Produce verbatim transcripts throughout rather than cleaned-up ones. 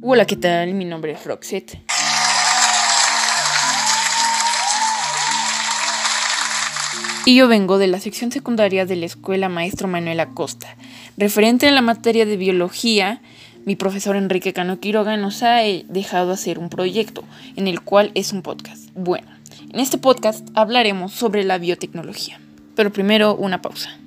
Hola, ¿qué tal? Mi nombre es Roxette. Y yo vengo de la sección secundaria de la Escuela Maestro Manuel Acosta. Referente a la materia de biología, mi profesor Enrique Cano Quiroga nos ha dejado hacer un proyecto, en el cual es un podcast. Bueno, en este podcast hablaremos sobre la biotecnología. Pero primero, una pausa.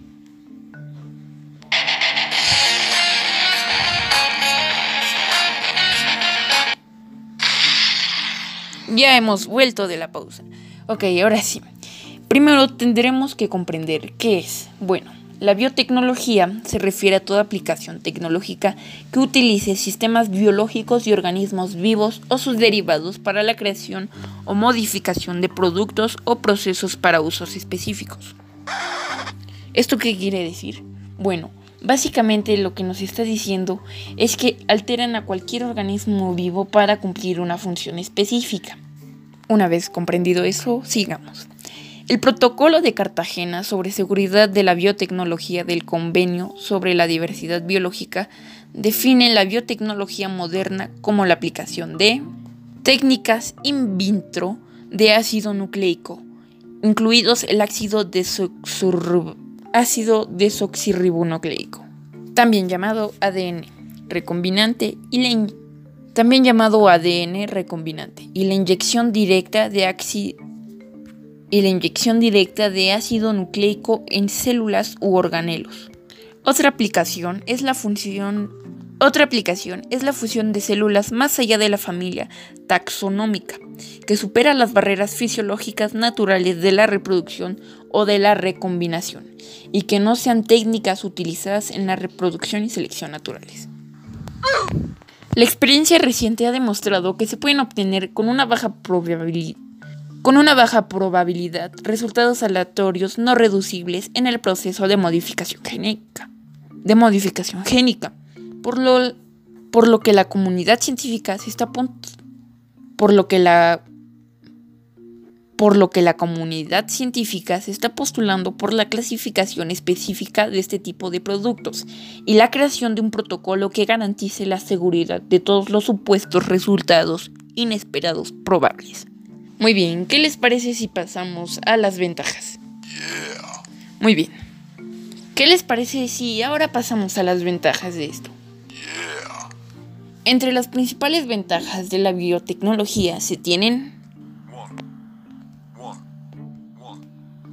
Ya hemos vuelto de la pausa. Ok, ahora sí. Primero tendremos que comprender qué es. Bueno, la biotecnología se refiere a toda aplicación tecnológica que utilice sistemas biológicos y organismos vivos o sus derivados para la creación o modificación de productos o procesos para usos específicos. ¿Esto qué quiere decir? Bueno, básicamente lo que nos está diciendo es que alteran a cualquier organismo vivo para cumplir una función específica. Una vez comprendido eso, sigamos. El Protocolo de Cartagena sobre seguridad de la biotecnología del Convenio sobre la diversidad biológica define la biotecnología moderna como la aplicación de técnicas in vitro de ácido nucleico, incluidos el ácido desoxirribonucleico. ácido desoxirribonucleico, también llamado A D N recombinante y la in- también llamado A D N recombinante y la inyección directa de axi- y la inyección directa de ácido nucleico en células u organelos. Otra aplicación es la función Otra aplicación es la fusión de células más allá de la familia taxonómica, que supera las barreras fisiológicas naturales de la reproducción o de la recombinación, y que no sean técnicas utilizadas en la reproducción y selección naturales. La experiencia reciente ha demostrado que se pueden obtener con una baja probabilidad, con una baja probabilidad resultados aleatorios no reducibles en el proceso de modificación génica. De modificación génica. Por lo, por lo que la comunidad científica se está por lo que la por lo que la comunidad científica se está postulando por la clasificación específica de este tipo de productos y la creación de un protocolo que garantice la seguridad de todos los supuestos resultados inesperados probables. Muy bien, ¿qué les parece si pasamos a las ventajas? Yeah. Muy bien. ¿Qué les parece si ahora pasamos a las ventajas de esto? Yeah. Entre las principales ventajas de la biotecnología se tienen One. One. One.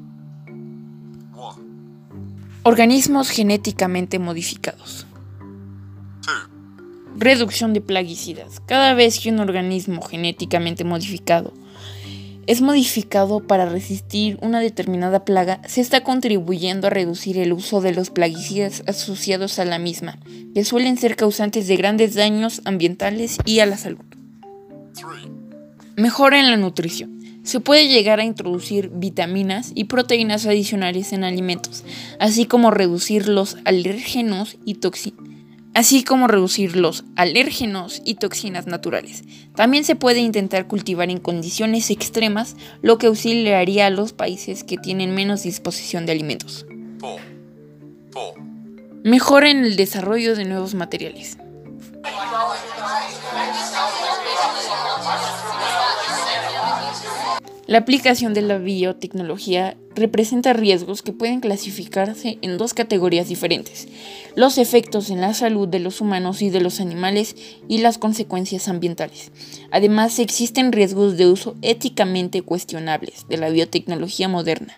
One. organismos genéticamente modificados. Two. Reducción de plaguicidas. Cada vez que un organismo genéticamente modificado es modificado para resistir una determinada plaga, se está contribuyendo a reducir el uso de los plaguicidas asociados a la misma, que suelen ser causantes de grandes daños ambientales y a la salud. Three. Mejora en la nutrición. Se puede llegar a introducir vitaminas y proteínas adicionales en alimentos, así como reducir los alérgenos y toxinas. así como reducir los alérgenos y toxinas naturales. También se puede intentar cultivar en condiciones extremas, lo que auxiliaría a los países que tienen menos disposición de alimentos. Four. Four. Mejora en el desarrollo de nuevos materiales. La aplicación de la biotecnología representa riesgos que pueden clasificarse en dos categorías diferentes: los efectos en la salud de los humanos y de los animales y las consecuencias ambientales. Además, existen riesgos de uso éticamente cuestionables de la biotecnología moderna.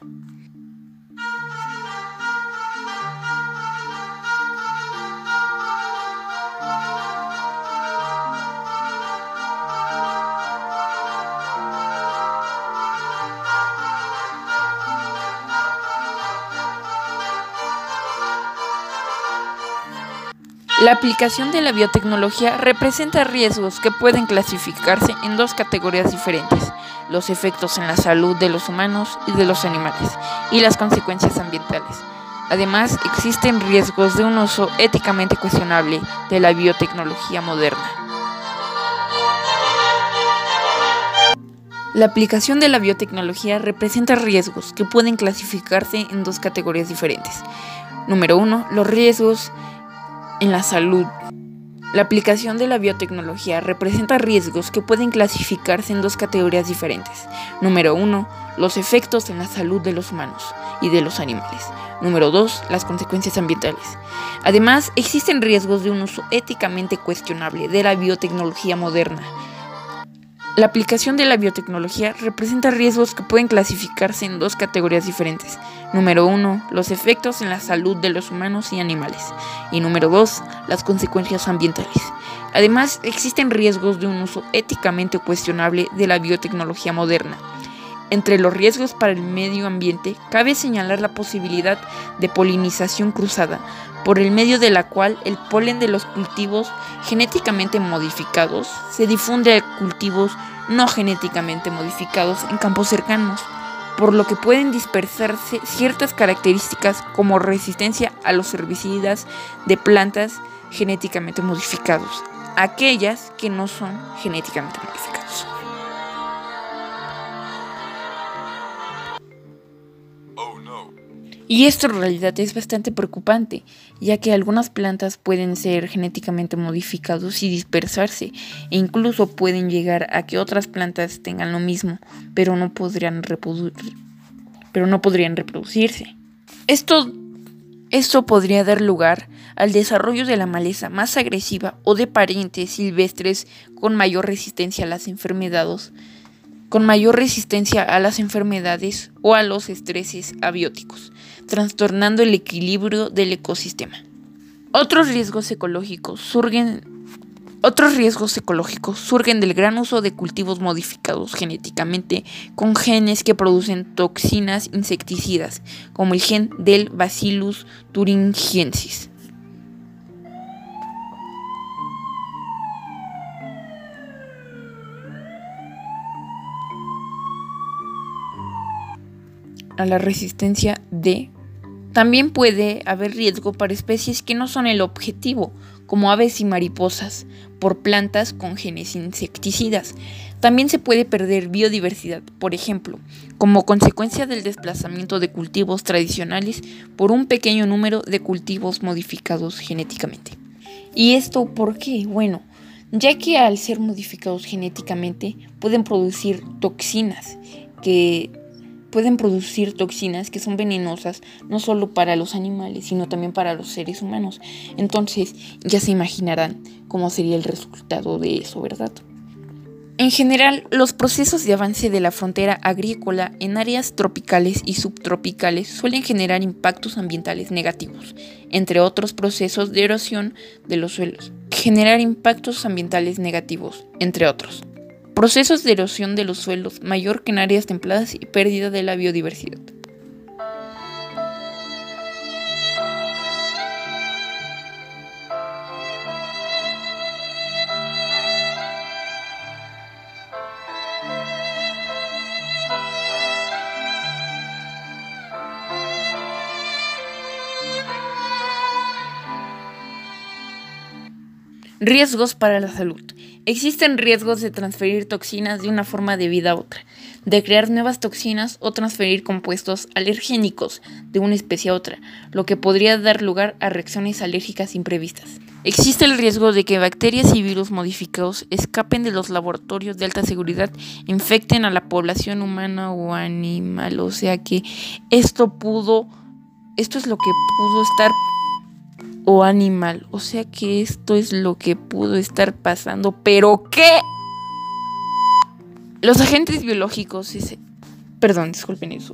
La aplicación de la biotecnología representa riesgos que pueden clasificarse en dos categorías diferentes: los efectos en la salud de los humanos y de los animales, y las consecuencias ambientales. Además, existen riesgos de un uso éticamente cuestionable de la biotecnología moderna. La aplicación de la biotecnología representa riesgos que pueden clasificarse en dos categorías diferentes. Número uno, los riesgos en la salud La aplicación de la biotecnología representa riesgos que pueden clasificarse en dos categorías diferentes. Número uno, los efectos en la salud de los humanos y de los animales. Número dos, las consecuencias ambientales. Además, existen riesgos de un uso éticamente cuestionable de la biotecnología moderna. La aplicación de la biotecnología representa riesgos que pueden clasificarse en dos categorías diferentes. Número uno, los efectos en la salud de los humanos y animales. Y número dos, las consecuencias ambientales. Además, existen riesgos de un uso éticamente cuestionable de la biotecnología moderna. Entre los riesgos para el medio ambiente, cabe señalar la posibilidad de polinización cruzada, por el medio de la cual el polen de los cultivos genéticamente modificados se difunde a cultivos no genéticamente modificados en campos cercanos, por lo que pueden dispersarse ciertas características como resistencia a los herbicidas de plantas genéticamente modificados, aquellas que no son genéticamente modificados. Oh no. Y esto en realidad es bastante preocupante, ya que algunas plantas pueden ser genéticamente modificados y dispersarse, e incluso pueden llegar a que otras plantas tengan lo mismo, pero no podrían reprodu- pero no podrían reproducirse. Esto, esto podría dar lugar al desarrollo de la maleza más agresiva o de parientes silvestres con mayor resistencia a las enfermedades, con mayor resistencia a las enfermedades o a los estreses abióticos, trastornando el equilibrio del ecosistema. Otros riesgos ecológicos surgen, otros riesgos ecológicos surgen del gran uso de cultivos modificados genéticamente con genes que producen toxinas insecticidas, como el gen del Bacillus thuringiensis. A la resistencia de. También puede haber riesgo para especies que no son el objetivo, como aves y mariposas, por plantas con genes insecticidas. También se puede perder biodiversidad, por ejemplo, como consecuencia del desplazamiento de cultivos tradicionales por un pequeño número de cultivos modificados genéticamente. ¿Y esto por qué? Bueno, ya que al ser modificados genéticamente pueden producir toxinas que pueden producir toxinas que son venenosas no solo para los animales, sino también para los seres humanos. Entonces, ya se imaginarán cómo sería el resultado de eso, ¿verdad? En general, los procesos de avance de la frontera agrícola en áreas tropicales y subtropicales suelen generar impactos ambientales negativos, entre otros procesos de erosión de los suelos. Generar impactos ambientales negativos, entre otros. Procesos de erosión de los suelos mayor que en áreas templadas y pérdida de la biodiversidad. Riesgos para la salud. Existen riesgos de transferir toxinas de una forma de vida a otra, de crear nuevas toxinas o transferir compuestos alergénicos de una especie a otra, lo que podría dar lugar a reacciones alérgicas imprevistas. Existe el riesgo de que bacterias y virus modificados escapen de los laboratorios de alta seguridad, infecten a la población humana o animal, o sea que esto pudo, esto es lo que pudo estar o animal, o sea que esto es lo que pudo estar pasando, pero ¿qué? Los agentes biológicos, ese... perdón, disculpen eso.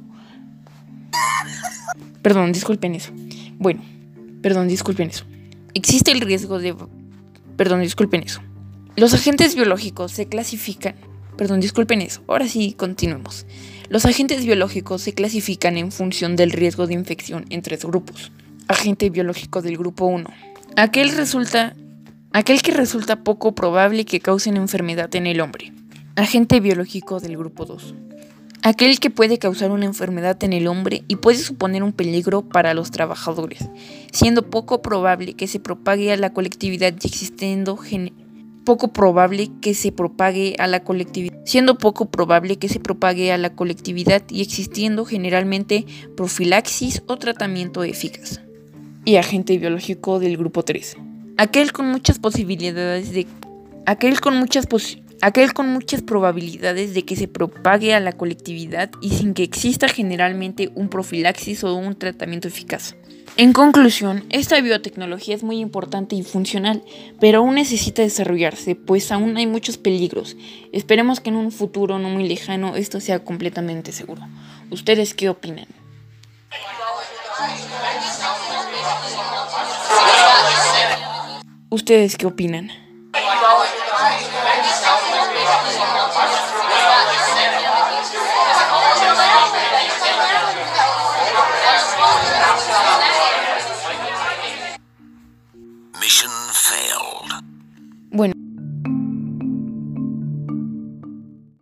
Perdón, disculpen eso. Bueno, perdón, disculpen eso. Existe el riesgo de... Perdón, disculpen eso. Los agentes biológicos se clasifican... Perdón, disculpen eso. Ahora sí, continuemos. Los agentes biológicos se clasifican en función del riesgo de infección en tres grupos. Agente biológico del grupo uno. Aquel, resulta, aquel que resulta poco probable que cause una enfermedad en el hombre. Agente biológico del grupo dos. Aquel que puede causar una enfermedad en el hombre y puede suponer un peligro para los trabajadores, siendo poco probable que se propague a la colectividad y existiendo gen- poco probable que se propague a la colectividad, siendo poco probable que se propague a la colectividad y existiendo generalmente profilaxis o tratamiento eficaz. Y agente biológico del grupo tres. aquel con muchas posibilidades de aquel con muchas pos, aquel con muchas probabilidades de que se propague a la colectividad y sin que exista generalmente un profilaxis o un tratamiento eficaz. En conclusión, esta biotecnología es muy importante y funcional, pero aún necesita desarrollarse, pues aún hay muchos peligros. Esperemos que en un futuro no muy lejano esto sea completamente seguro. ¿Ustedes qué opinan? ¿Ustedes qué opinan?